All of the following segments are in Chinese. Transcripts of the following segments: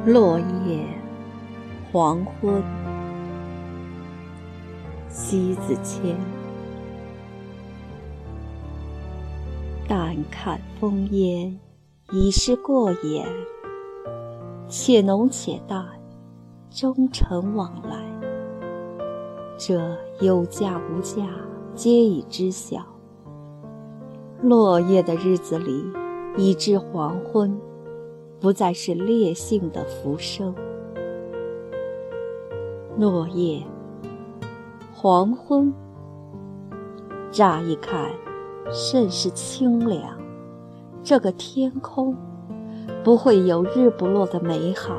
落叶，黄昏，西子谦。但看风烟，已是过眼，且浓且淡，终成往来。这有价无价，皆已知晓。落叶的日子里，已至黄昏，不再是烈性的浮生。落叶，黄昏，乍一看甚是清凉，这个天空不会有日不落的美好。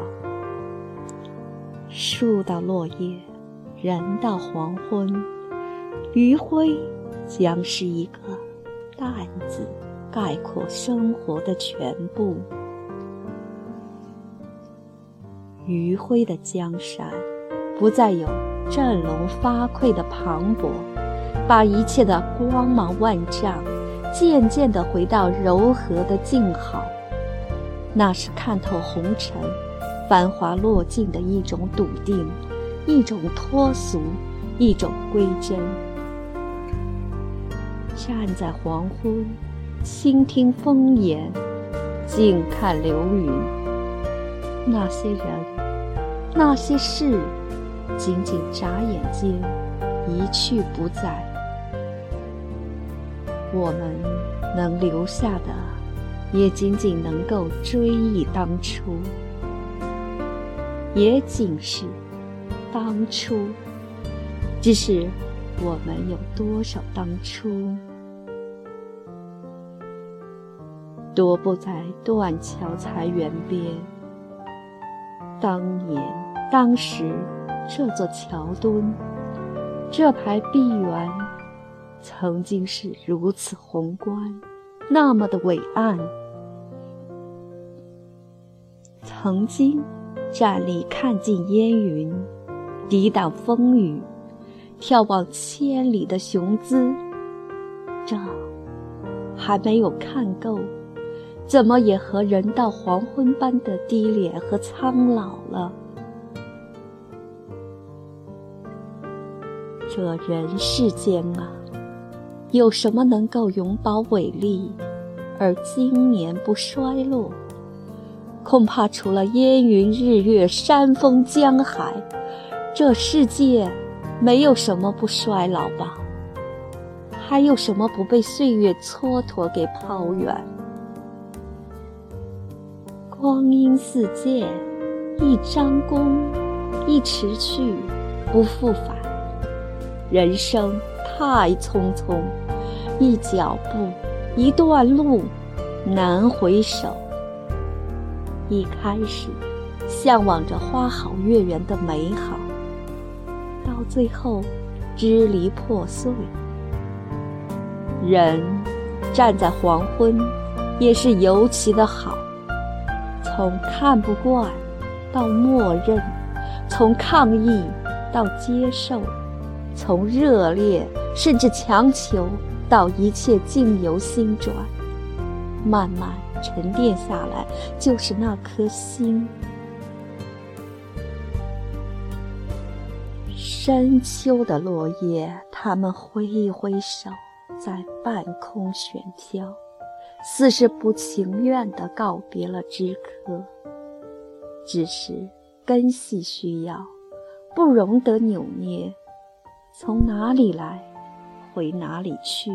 树到落叶，人到黄昏，余晖将是一个淡字，概括生活的全部。余晖的江山不再有振聋发聩的磅礴，把一切的光芒万丈渐渐地回到柔和的静好。那是看透红尘繁华落尽的一种笃定，一种脱俗，一种归真。站在黄昏，倾听风言，静看流云。那些人，那些事，仅仅眨眼间一去不再。我们能留下的，也仅仅能够追忆当初，也仅是当初。只是我们有多少当初？踱步在断桥残垣边，当年当时，这座桥墩，这排碧园，曾经是如此宏观，那么的伟岸。曾经站立看尽烟云，抵挡风雨，眺望千里的雄姿。这还没有看够，怎么也和人到黄昏般的低廉和苍老了？这人世间啊，有什么能够永葆伟力，而经年不衰落？恐怕除了烟云日月、山峰江海，这世界没有什么不衰老吧？还有什么不被岁月蹉跎给抛远？光阴似箭，一张弓，一驰去，不复返。人生太匆匆，一脚步，一段路，难回首。一开始向往着花好月圆的美好，到最后支离破碎。人站在黄昏，也是尤其的好。从看不惯到默认，从抗议到接受，从热烈甚至强求到一切境由心转，慢慢沉淀下来，就是那颗心。深秋的落叶，它们挥一挥手，在半空悬飘，似是不情愿地告别了枝柯。只是根系需要，不容得扭捏，从哪里来，回哪里去。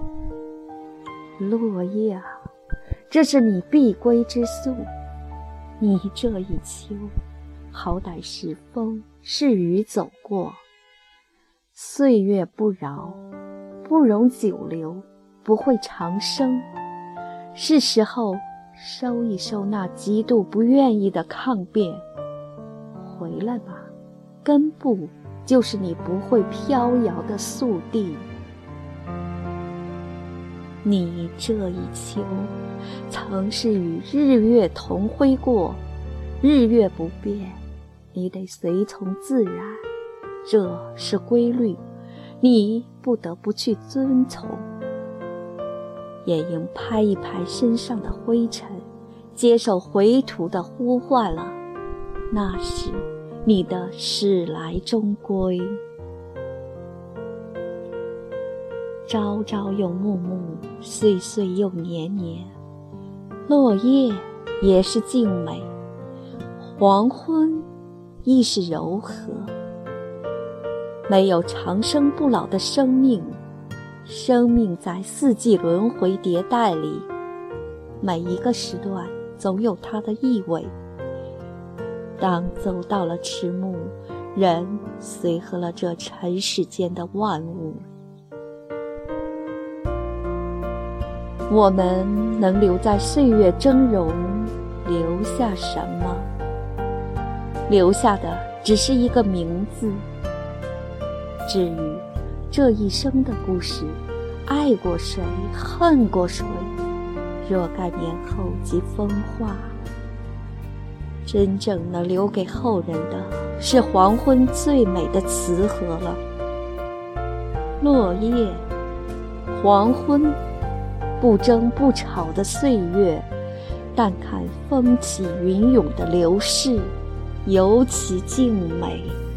落叶啊，这是你必归之宿。你这一秋，好歹是风是雨走过，岁月不饶，不容久留，不会长生。是时候收一收那极度不愿意的抗辩，回来吧，根部就是你不会飘摇的宿地。你这一秋，曾是与日月同辉过，日月不变，你得随从自然，这是规律，你不得不去遵从。也应拍一拍身上的灰尘，接受回途的呼唤了。 那时你的始来终归。朝朝又暮暮，岁岁又年年，落叶也是静美，黄昏亦是柔和。没有长生不老的生命，生命在四季轮回迭代里，每一个时段总有它的意味。当走到了迟暮，人随和了这尘世间的万物。我们能留在岁月峥嵘，留下什么？留下的只是一个名字。至于这一生的故事，爱过谁，恨过谁，若干年后即风化。真正能留给后人的，是黄昏最美的词和了。落叶，黄昏，不争不吵的岁月，但看风起云涌的流逝，尤其静美。